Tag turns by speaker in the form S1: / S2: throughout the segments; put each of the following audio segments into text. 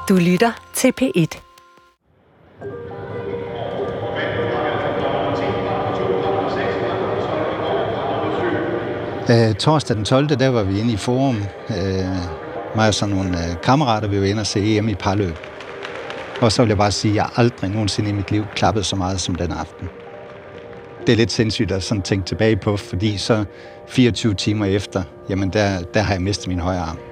S1: Du lytter til P1.
S2: Torsdag den 12. der var vi inde i Forum. Mig og sådan nogle kammerater, vi var inde og se EM i parløb. Og så vil jeg bare sige, at jeg aldrig nogensinde i mit liv klappet så meget som den aften. Det er lidt sindssygt at sådan tænke tilbage på, fordi så 24 timer efter, jamen der har jeg mistet min højre arm.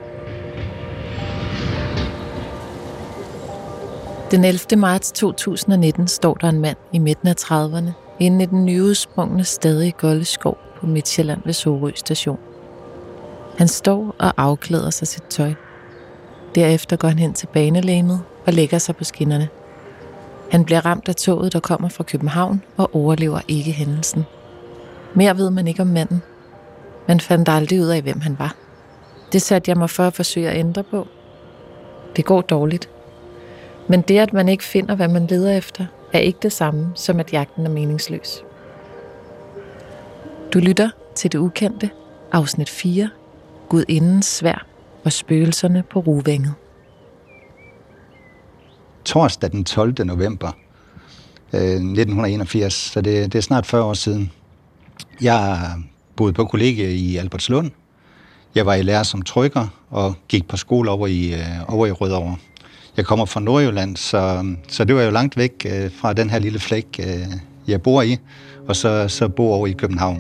S3: Den 11. marts 2019 står der en mand i midten af 30'erne inde i den nyudsprungne stadig golde skov på Midtsjælland ved Sorø station. Han står og afklæder sig sit tøj. Derefter går han hen til banelægemet og lægger sig på skinnerne. Han bliver ramt af toget, der kommer fra København, og overlever ikke hændelsen. Mere ved man ikke om manden. Man fandt aldrig ud af, hvem han var. Det satte jeg mig for at forsøge at ændre på. Det går dårligt. Men det, at man ikke finder, hvad man leder efter, er ikke det samme, som at jagten er meningsløs. Du lytter til Det Ukendte, afsnit 4, Gudindens sværd og spøgelserne på Ruvænget.
S2: Torsdag den 12. november 1981, så det er snart 40 år siden. Jeg boede på kollegie i Albertslund. Jeg var i lære som trykker og gik på skole over i Rødovre. Jeg kommer fra Nordjylland, så det var jo langt væk fra den her lille flæk, jeg bor i, og så bor over i København.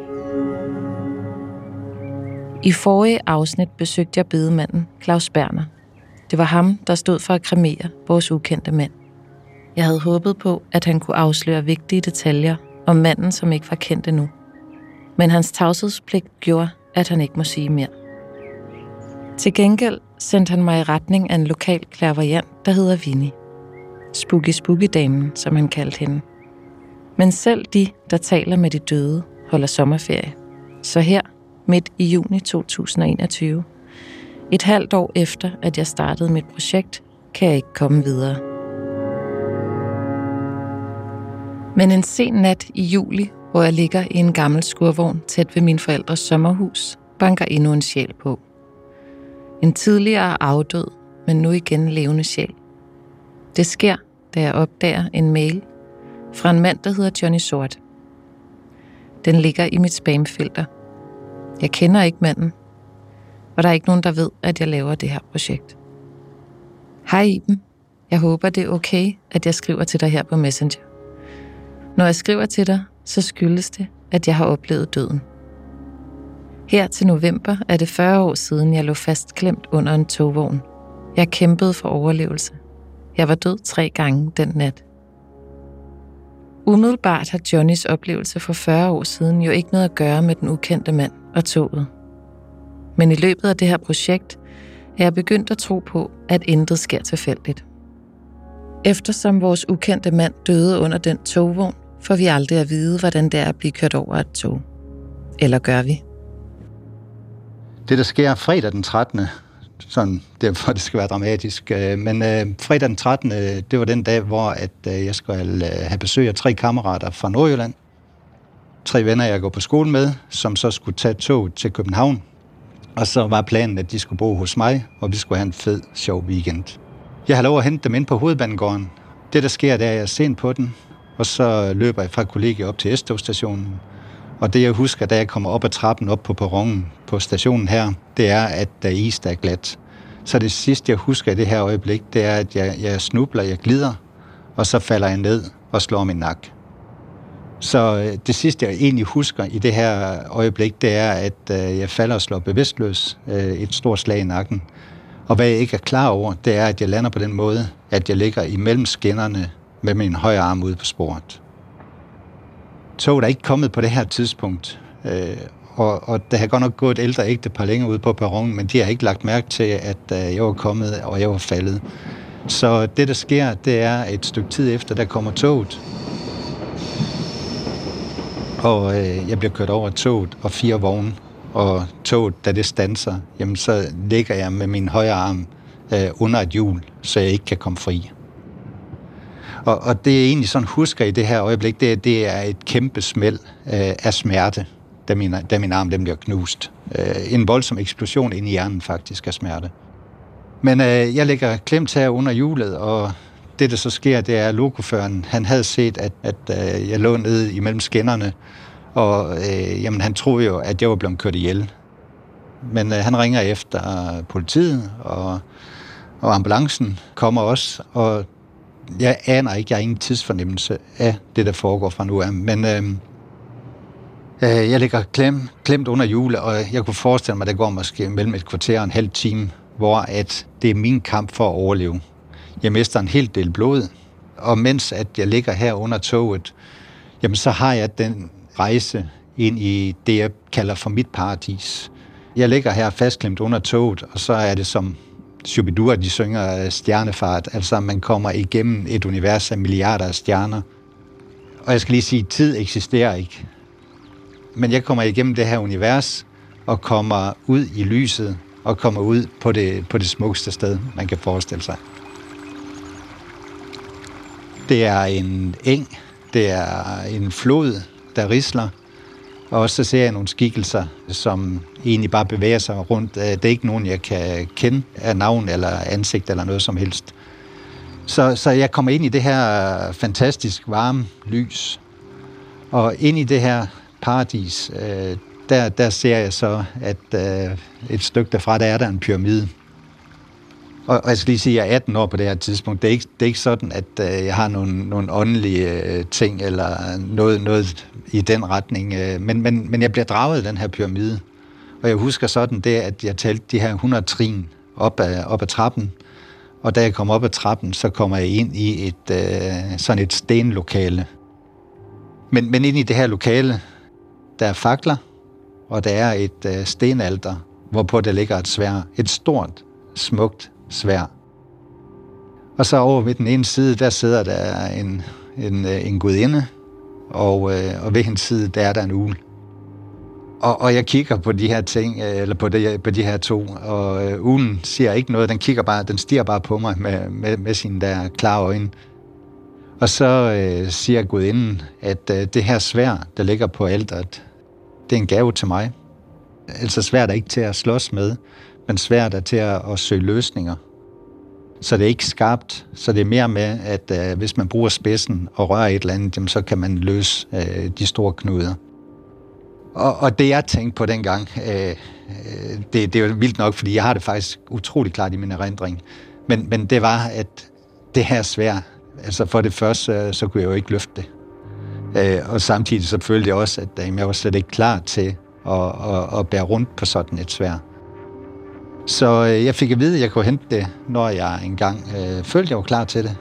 S3: I forrige afsnit besøgte jeg bedemanden Claus Berner. Det var ham, der stod for at kremere vores ukendte mand. Jeg havde håbet på, at han kunne afsløre vigtige detaljer om manden, som ikke var kendt endnu. Men hans tavshedspligt gjorde, at han ikke må sige mere. Til gengæld sendte han mig i retning af en lokal clairvoyant, der hedder Winnie. Spooky-damen, som han kaldte hende. Men selv de, der taler med de døde, holder sommerferie. Så her, midt i juni 2021, et halvt år efter, at jeg startede mit projekt, kan jeg ikke komme videre. Men en sen nat i juli, hvor jeg ligger i en gammel skurvogn tæt ved min forældres sommerhus, banker endnu en sjæl på. En tidligere afdød, men nu igen levende sjæl. Det sker, da jeg opdager en mail fra en mand, der hedder Johnny Sort. Den ligger i mit spamfilter. Jeg kender ikke manden, og der er ikke nogen, der ved, at jeg laver det her projekt. Hej Iben. Jeg håber, det er okay, at jeg skriver til dig her på Messenger. Når jeg skriver til dig, så skyldes det, at jeg har oplevet døden. Her til november er det 40 år siden, jeg lå fastklemt under en togvogn. Jeg kæmpede for overlevelse. Jeg var død 3 gange den nat. Umiddelbart har Johnnys oplevelse for 40 år siden jo ikke noget at gøre med den ukendte mand og toget. Men i løbet af det her projekt er jeg begyndt at tro på, at intet sker tilfældigt. Eftersom vores ukendte mand døde under den togvogn, får vi aldrig at vide, hvordan det er at blive kørt over et tog. Eller gør vi?
S2: Det, der sker fredag den 13., sådan, derfor det skal være dramatisk, men fredag den 13., det var den dag, hvor jeg skulle have besøg af 3 kammerater fra Nordjylland. 3 venner, jeg går på skole med, som så skulle tage tog til København. Og så var planen, at de skulle bo hos mig, og vi skulle have en fed, sjov weekend. Jeg har lov at hente dem ind på Hovedbanegården. Det, der sker, det er, at jeg er sent på den, og så løber jeg fra kollegiet op til S-togstationen. Og det, jeg husker, da jeg kommer op ad trappen op på perronen på stationen her, det er, at der is, der er glat. Så det sidste, jeg husker i det her øjeblik, det er, at jeg snubler, jeg glider, og så falder jeg ned og slår min nakke. Så det sidste, jeg egentlig husker i det her øjeblik, det er, at jeg falder og slår bevidstløs, et stort slag i nakken. Og hvad jeg ikke er klar over, det er, at jeg lander på den måde, at jeg ligger imellem skinnerne med min højre arm ude på sporet. Toget er ikke kommet på det her tidspunkt, og der har godt nok gået et ældre ægtepar længere ude på perronen, men de har ikke lagt mærke til, at jeg var kommet, og jeg var faldet. Så det, der sker, det er et stykke tid efter, der kommer toget. Og jeg bliver kørt over toget og 4 vogne, og toget, da det standser, jamen så ligger jeg med min højre arm under et hjul, så jeg ikke kan komme fri. Og det er egentlig sådan, husker i det her øjeblik, det er et kæmpe smæld af smerte, da min arm den bliver knust. En voldsom eksplosion ind i hjernen faktisk af smerte. Men jeg ligger klemt her under hjulet, og det, der så sker, det er, at lokoføreren, han havde set, at jeg lå nede imellem skinnerne, og jamen, han troede jo, at jeg var blevet kørt ihjel. Men han ringer efter politiet, og ambulancen kommer også, og jeg aner ikke, jeg har ingen tidsfornemmelse af det, der foregår fra nu af. Men jeg ligger klemt under hjulet, og jeg kunne forestille mig, at det går måske mellem et kvarter og en halv time, hvor at det er min kamp for at overleve. Jeg mister en hel del blod, og mens at jeg ligger her under toget, jamen så har jeg den rejse ind i det, jeg kalder for mit paradis. Jeg ligger her fastklemt under toget, og så er det som Shubidua, de synger stjernefart. Altså, man kommer igennem et univers af milliarder af stjerner. Og jeg skal lige sige, at tid eksisterer ikke. Men jeg kommer igennem det her univers, og kommer ud i lyset, og kommer ud på det smukkeste sted, man kan forestille sig. Det er en eng, det er en flod, der risler, og så ser jeg nogle skikkelser, som egentlig bare bevæger sig rundt. Det er ikke nogen, jeg kan kende af navn eller ansigt eller noget som helst. Så jeg kommer ind i det her fantastisk varme lys, og ind i det her paradis, der ser jeg så, at et stykke derfra, der er der en pyramide. Og jeg skal lige sige, at jeg er 18 år på det her tidspunkt. Det er ikke sådan, at jeg har nogle åndelige ting eller noget i den retning. Men jeg bliver draget i den her pyramide. Og jeg husker sådan det, at jeg talte de her 100 trin op ad trappen. Og da jeg kommer op ad trappen, så kommer jeg ind i sådan et stenlokale. Men ind i det her lokale, der er fakler, og der er et stenalter, hvorpå der ligger et sværd. Et stort, smukt sværd. Og så over ved den ene side, der sidder der en gudinde, og ved hendes side, der er der en ugle. Og jeg kigger på de her ting, eller på de her to, og uglen siger ikke noget, den stiger bare på mig med sine der klare øjne. Og så siger gudinden, at det her sværd, der ligger på alteret, det er en gave til mig. Altså sværd er ikke til at slås med, men sværd er til at søge løsninger. Så det er ikke skarpt, så det er mere med, at hvis man bruger spidsen og rører et eller andet, jamen, så kan man løse de store knuder. Og det jeg tænkte på dengang, det er jo vildt nok, fordi jeg har det faktisk utrolig klart i min erindring, men det var, at det her sværd, altså for det første, så kunne jeg jo ikke løfte det. Og samtidig så følte jeg også, at jeg var slet ikke klar til at bære rundt på sådan et sværd. Så jeg fik at vide, at jeg kunne hente det, når jeg engang følte, jeg var klar til det.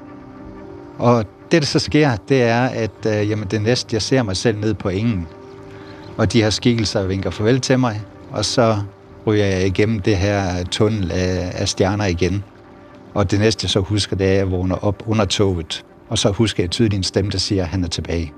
S2: Og det, der så sker, det er, at det næste, jeg ser mig selv nede på engen, og de her skikkelser vinker farvel til mig, og så ryger jeg igennem det her tunnel af stjerner igen. Og det næste, jeg så husker, det er, at jeg vågner op under toget, og så husker jeg tydeligt en stemme, der siger, at han er tilbage.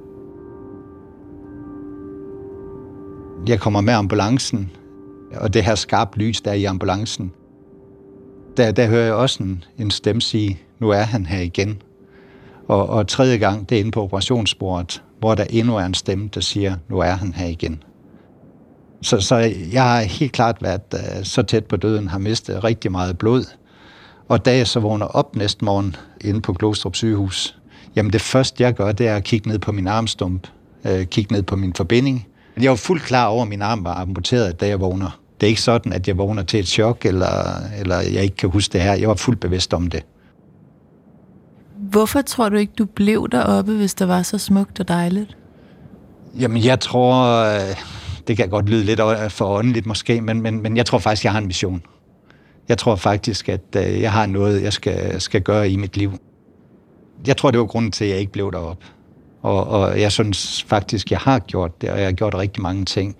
S2: Jeg kommer med ambulancen, og det her skarpt lys, der er i ambulancen, der hører jeg også en stemme sige, nu er han her igen. Og tredje gang, det er inde på operationsbordet, hvor der endnu er en stemme, der siger, nu er han her igen. Så jeg har helt klart været så tæt på døden, har mistet rigtig meget blod. Og da jeg så vågner op næste morgen inde på Glostrup sygehus, jamen det første, jeg gør, det er at kigge ned på min armstump, kigge ned på min forbinding. Jeg var fuldt klar over, at min arm var amputeret, da jeg vågner. Det er ikke sådan, at jeg vågner til et chok, eller jeg ikke kan huske det her. Jeg var fuldt bevidst om det.
S1: Hvorfor tror du ikke, du blev deroppe, hvis det var så smukt og dejligt?
S2: Jamen, jeg tror, det kan godt lyde lidt for åndeligt måske, men jeg tror faktisk, jeg har en mission. Jeg tror faktisk, at jeg har noget, jeg skal gøre i mit liv. Jeg tror, det var grunden til, at jeg ikke blev deroppe. Og jeg synes faktisk, jeg har gjort det, og jeg har gjort rigtig mange ting.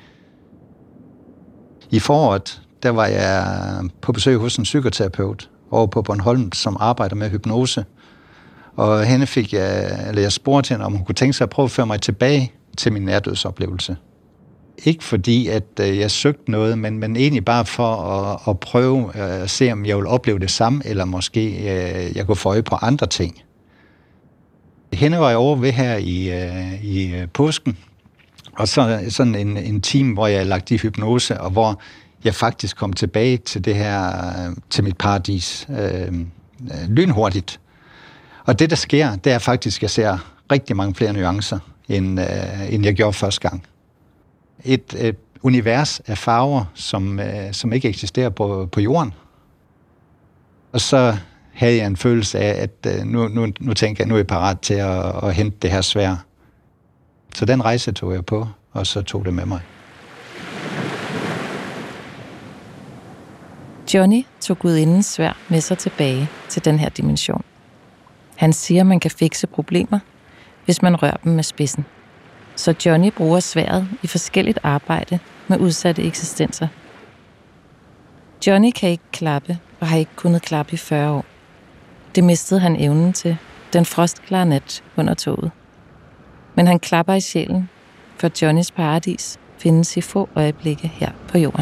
S2: I foråret, der var jeg på besøg hos en psykoterapeut over på Bornholm, som arbejder med hypnose. Og hende jeg spurgte hende, om hun kunne tænke sig at prøve at føre mig tilbage til min nærdødsoplevelse. Ikke fordi, at jeg søgte noget, men egentlig bare for at prøve at se, om jeg ville opleve det samme, eller måske jeg kunne få øje på andre ting. Hende var jeg over ved her i påsken, og så sådan en time, hvor jeg lagt i hypnose, og hvor jeg faktisk kom tilbage til det her, til mit paradis lynhurtigt. Og det, der sker, det er faktisk, at jeg ser rigtig mange flere nuancer, end jeg gjorde første gang. Et univers af farver, som ikke eksisterer på jorden. Og så havde jeg en følelse af, at nu tænker jeg, nu er jeg parat til at hente det her sværd. Så den rejse tog jeg på, og så tog det med mig.
S3: Johnny tog gudindens sværd med sig tilbage til den her dimension. Han siger, man kan fikse problemer, hvis man rører dem med spidsen. Så Johnny bruger sværdet i forskelligt arbejde med udsatte eksistenser. Johnny kan ikke klappe og har ikke kunnet klappe i 40 år. Det mistede han evnen til den frostklare nat under toget. Men han klapper i sjælen, for Johnnys paradis findes i få øjeblikke her på jorden.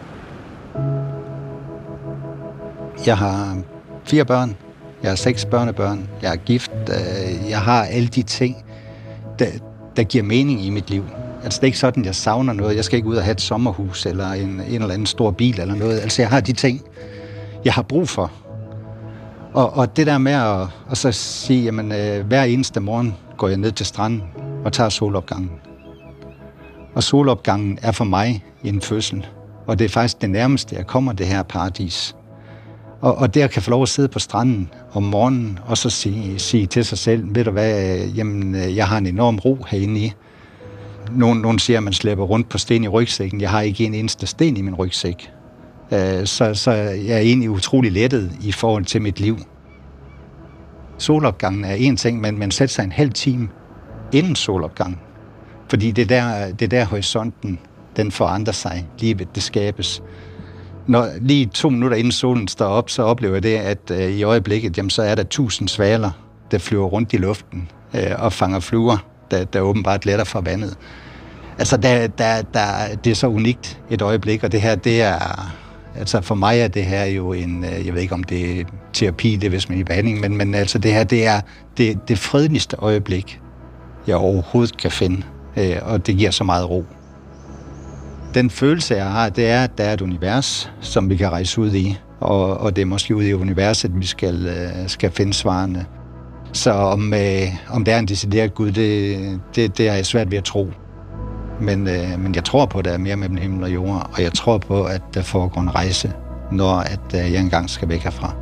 S2: Jeg har 4 børn. Jeg har 6 børnebørn. Jeg er gift. Jeg har alle de ting, der giver mening i mit liv. Altså, det er ikke sådan, jeg savner noget. Jeg skal ikke ud og have et sommerhus eller en eller anden stor bil eller noget. Altså, jeg har de ting, jeg har brug for. Og det der med at så sige, jamen, hver eneste morgen går jeg ned til stranden og tager solopgangen. Og solopgangen er for mig en fødsel. Og det er faktisk det nærmeste, jeg kommer det her paradis. Og der kan få lov at sidde på stranden om morgenen, og så sige til sig selv, ved du hvad, jamen, jeg har en enorm ro herinde i. Nogen siger, at man slæber rundt på sten i rygsækken. Jeg har ikke en eneste sten i min rygsæk. Så jeg er egentlig utrolig lettet i forhold til mit liv. Solopgangen er en ting, men man sætter sig en halv time inden solopgangen. Fordi det er der horisonten, den forandrer sig. Livet, det skabes. Når lige 2 minutter inden solen står op, så oplever jeg det, at i øjeblikket, jamen, så er der 1000 svaler, der flyver rundt i luften og fanger fluer, der åbenbart letter fra vandet. Altså, det er så unikt et øjeblik, og det her, det er... Altså, for mig er det her jo en... Jeg ved ikke, om det er terapi, det er vist med i behandling, men altså, det her, det er det fredeligste øjeblik, jeg overhovedet kan finde, og det giver så meget ro. Den følelse, jeg har, det er, at der er et univers, som vi kan rejse ud i, og det er måske ud i universet, vi skal finde svarene. Så om der er en decideret Gud, det er jeg svært ved at tro. Men jeg tror på, at der er mere mellem himmel og jord, og jeg tror på, at der foregår en rejse, når at jeg engang skal væk herfra.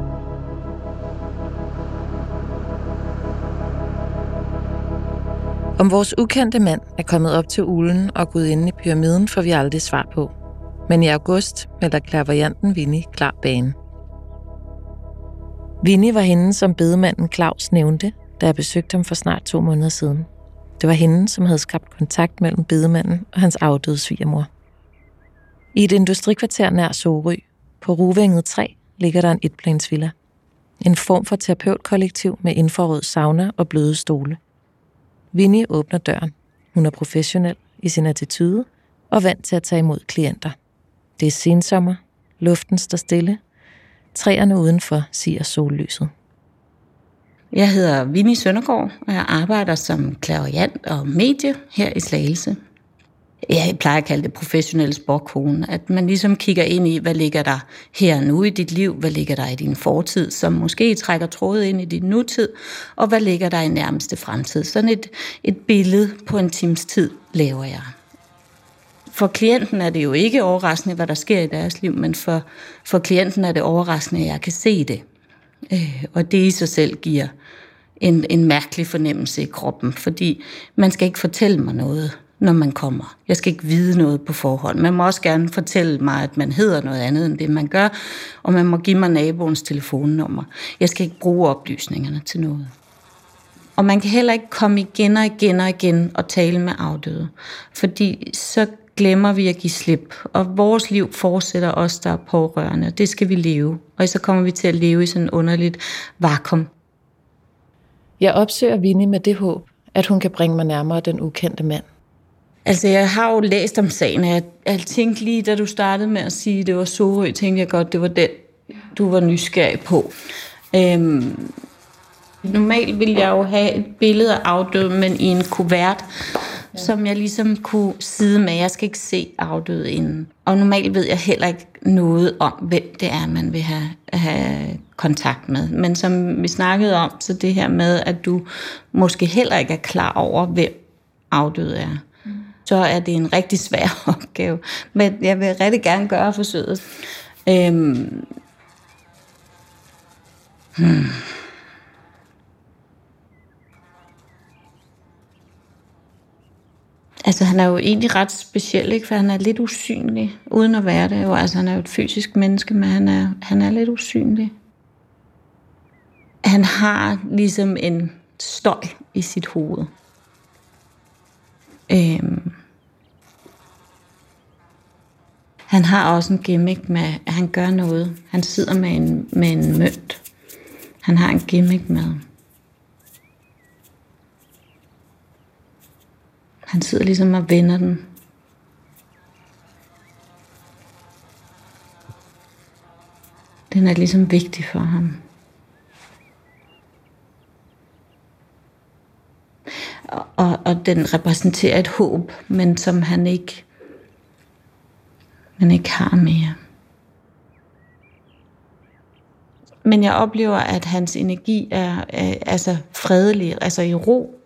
S3: Om vores ukendte mand er kommet op til Ulen og gudinden i pyramiden, får vi aldrig svar på. Men i august melder clairvoyanten Winnie klar bane. Winnie var hende, som bedemanden Claus nævnte, da jeg besøgte ham for snart 2 måneder siden. Det var hende, som havde skabt kontakt mellem bedemanden og hans afdøde svigermor. I et industrikvarter nær Sorø, på Ruvænget 3, ligger der en etplansvilla. En form for terapeutkollektiv med infrarød sauna og bløde stole. Winnie åbner døren. Hun er professionel i sin attitude og vant til at tage imod klienter. Det er sensommer, luften står stille, træerne udenfor siger sollyset.
S4: Jeg hedder Winnie Søndergaard, og jeg arbejder som clairvoyant og medie her i Slagelse. Jeg plejer at kalde det professionelle sporkone, at man ligesom kigger ind i, hvad ligger der her nu i dit liv, hvad ligger der i din fortid, som måske trækker trådet ind i din nutid, og hvad ligger der i nærmeste fremtid. Sådan et billede på en times tid laver jeg. For klienten er det jo ikke overraskende, hvad der sker i deres liv, men for klienten er det overraskende, at jeg kan se det. Og det i sig selv giver en mærkelig fornemmelse i kroppen, fordi man skal ikke fortælle mig noget, når man kommer. Jeg skal ikke vide noget på forhånd. Man må også gerne fortælle mig, at man hedder noget andet end det, man gør, og man må give mig naboens telefonnummer. Jeg skal ikke bruge oplysningerne til noget. Og man kan heller ikke komme igen og igen og igen og tale med afdøde, fordi så glemmer vi at give slip, og vores liv fortsætter os, der er pårørende, og det skal vi leve. Og så kommer vi til at leve i sådan et underligt vakuum.
S3: Jeg opsøger Winnie med det håb, at hun kan bringe mig nærmere den ukendte mand.
S4: Altså, jeg har jo læst om sagen, og jeg tænkte lige, da du startede med at sige, at det var Sorø, tænkte jeg godt, det var den, du var nysgerrig på. Normalt ville jeg jo have et billede af afdøde, men i en kuvert, som jeg ligesom kunne sidde med. Jeg skal ikke se afdøde inden. Og normalt ved jeg heller ikke noget om, hvem det er, man vil have kontakt med. Men som vi snakkede om, så det her med, at du måske heller ikke er klar over, hvem afdøde er, så er det en rigtig svær opgave. Men jeg vil rigtig gerne gøre forsøget. Altså, han er jo egentlig ret speciel, ikke? For han er lidt usynlig, uden at være det. Jo, altså, han er jo et fysisk menneske, men han er lidt usynlig. Han har ligesom en støj i sit hoved. Han har også en gimmick med, at han gør noget. Han sidder med en mønt. Han har en gimmick med. Han sidder ligesom og vender den. Den er ligesom vigtig for ham. Og den repræsenterer et håb, men som han ikke har mere. Men jeg oplever, at hans energi er altså fredelig, altså i ro.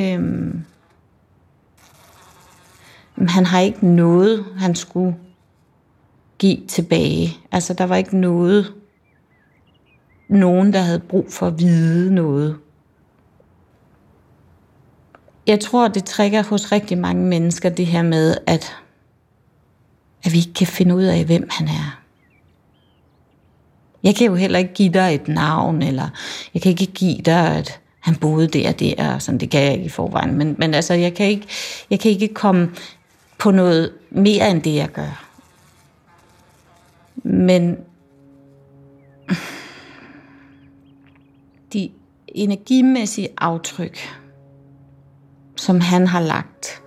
S4: Han har ikke noget, han skulle give tilbage. Altså, der var ikke nogen, der havde brug for at vide noget. Jeg tror, det trigger hos rigtig mange mennesker, det her med, at vi ikke kan finde ud af, hvem han er. Jeg kan jo heller ikke give dig et navn, eller jeg kan ikke give dig, at han boede der, og sådan, det kan jeg ikke i forvejen. Men altså, jeg kan ikke komme på noget mere end det, jeg gør. Men de energimæssige aftryk, som han har lagt,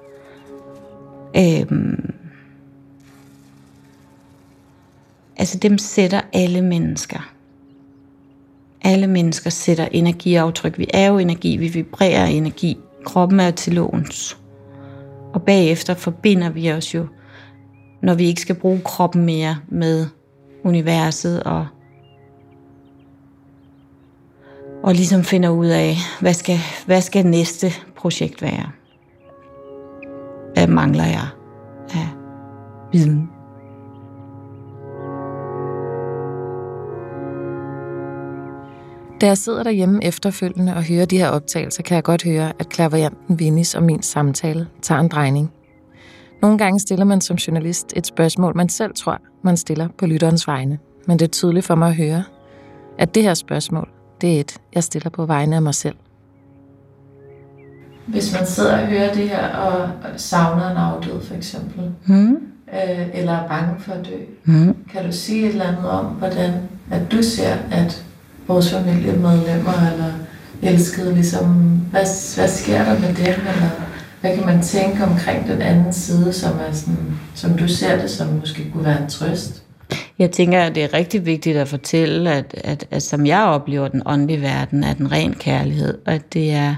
S4: altså dem sætter alle mennesker. Alle mennesker sætter energiaftryk. Vi er jo energi, vi vibrerer energi. Kroppen er til låns. Og bagefter forbinder vi os jo, når vi ikke skal bruge kroppen mere, med universet og ligesom finder ud af, hvad skal næste projekt være? Hvad mangler jeg af viden?
S3: Da jeg sidder derhjemme efterfølgende og hører de her optagelser, kan jeg godt høre, at clairvoyanten Winnies og min samtale tager en drejning. Nogle gange stiller man som journalist et spørgsmål, man selv tror, man stiller på lytterens vegne. Men det er tydeligt for mig at høre, at det her spørgsmål, det er et, jeg stiller på vegne af mig selv.
S1: Hvis man sidder og hører det her og savner en afdød for eksempel, eller er bange for at dø, kan du sige et eller andet om, hvordan at du ser, at vores familiemedlemmer eller elskede, ligesom, hvad sker der med dem, eller hvad kan man tænke omkring den anden side, som er sådan, som du ser det, som måske kunne være en trøst?
S4: Jeg tænker, at det er rigtig vigtigt at fortælle, at som jeg oplever den åndelige verden, er den ren kærlighed, og at det er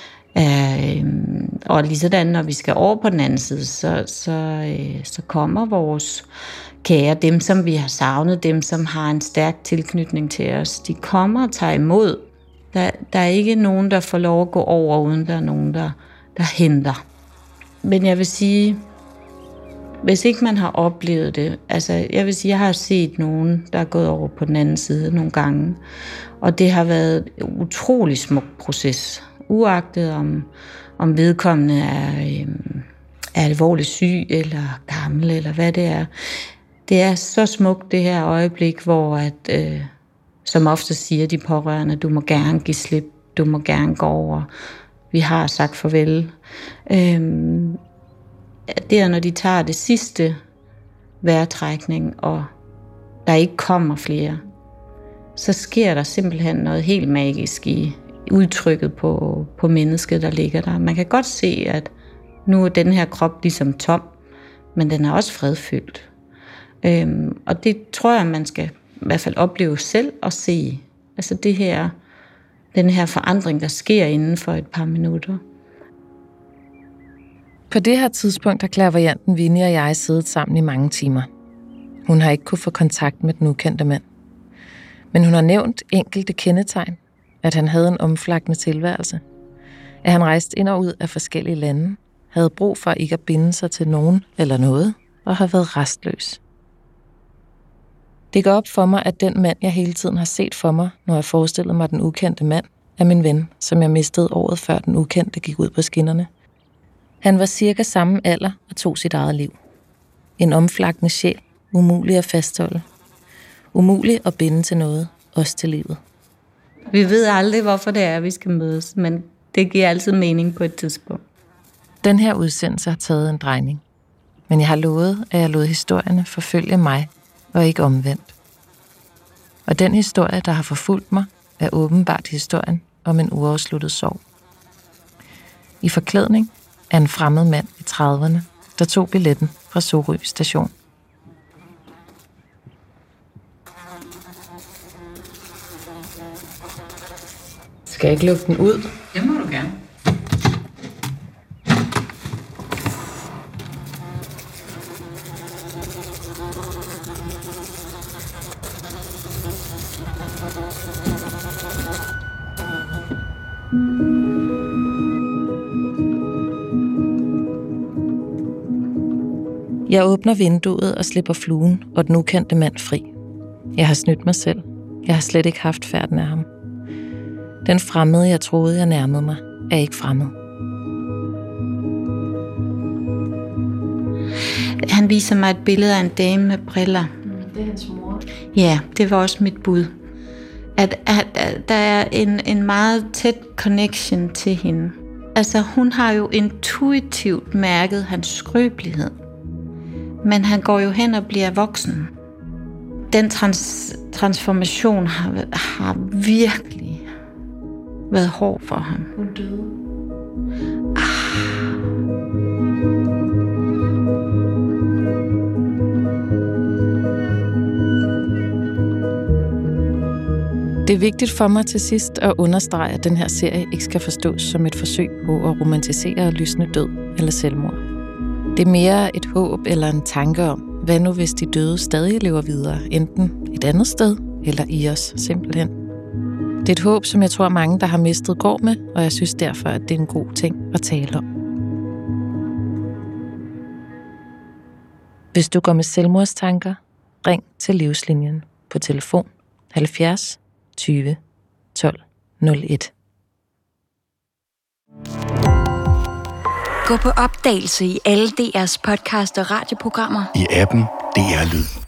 S4: og lige sådan, når vi skal over på den anden side, så kommer vores kære, dem som vi har savnet, dem som har en stærk tilknytning til os, de kommer og tager imod. Der er ikke nogen, der får lov at gå over, uden der er nogen, der henter. Men jeg vil sige, hvis ikke man har oplevet det, altså jeg vil sige, jeg har set nogen, der er gået over på den anden side nogle gange, og det har været en utrolig smuk proces, uagtet om vedkommende er alvorligt syg, eller gammel, eller hvad det er. Det er så smukt, det her øjeblik, hvor som ofte siger de pårørende, du må gerne give slip, du må gerne gå over, vi har sagt farvel. Det er, når de tager det sidste vejrtrækning, og der ikke kommer flere, så sker der simpelthen noget helt magisk i udtrykket på mennesket, der ligger der. Man kan godt se, at nu er den her krop ligesom tom, men den er også fredfyldt. Og det tror jeg, man skal i hvert fald opleve selv og se. Altså den her forandring, der sker inden for et par minutter.
S3: På det her tidspunkt har clairvoyanten Winnie og jeg siddet sammen i mange timer. Hun har ikke kunne få kontakt med den ukendte mand. Men hun har nævnt enkelte kendetegn, at han havde en omflakkende tilværelse, at han rejste ind og ud af forskellige lande, havde brug for ikke at binde sig til nogen eller noget, og har været restløs. Det går op for mig, at den mand, jeg hele tiden har set for mig, når jeg forestillede mig den ukendte mand, er min ven, som jeg mistede året før den ukendte gik ud på skinnerne. Han var cirka samme alder og tog sit eget liv. En omflakkende sjæl, umulig at fastholde. Umulig at binde til noget, også til livet.
S4: Vi ved aldrig, hvorfor det er, vi skal mødes, men det giver altid mening på et tidspunkt.
S3: Den her udsendelse har taget en drejning. Men jeg har lovet, at jeg lod historierne forfølge mig, og ikke omvendt. Og den historie, der har forfulgt mig, er åbenbart historien om en uafsluttet sorg. I forklædning af en fremmed mand i 30'erne, der tog billetten fra Sorø station. Skal jeg ikke lukke den ud?
S4: Det må du gerne.
S3: Jeg åbner vinduet og slipper fluen og den ukendte mand fri. Jeg har snydt mig selv. Jeg har slet ikke haft færden af ham. Den fremmede, jeg troede, jeg nærmede mig, er ikke fremmed.
S4: Han viser mig et billede af en dame med briller.
S1: Det er hans mor.
S4: Ja, det var også mit bud. At der er en meget tæt connection til hende. Altså, hun har jo intuitivt mærket hans skrøbelighed. Men han går jo hen og bliver voksen. Den transformation har virkelig været hård for ham.
S1: Hun døde.
S3: Det er vigtigt for mig til sidst at understrege, at den her serie ikke skal forstås som et forsøg på at romantisere lysende død eller selvmord. Det er mere et håb eller en tanke om, hvad nu hvis de døde stadig lever videre, enten et andet sted eller i os simpelthen. Det er et håb, som jeg tror mange, der har mistet, går med, og jeg synes derfor, at det er en god ting at tale om. Hvis du går med selvmordstanker, ring til Livslinjen på telefon 70 20 12 01.
S5: Gå på opdagelse i alle DR's podcast og radioprogrammer.
S6: I appen DR Lyd.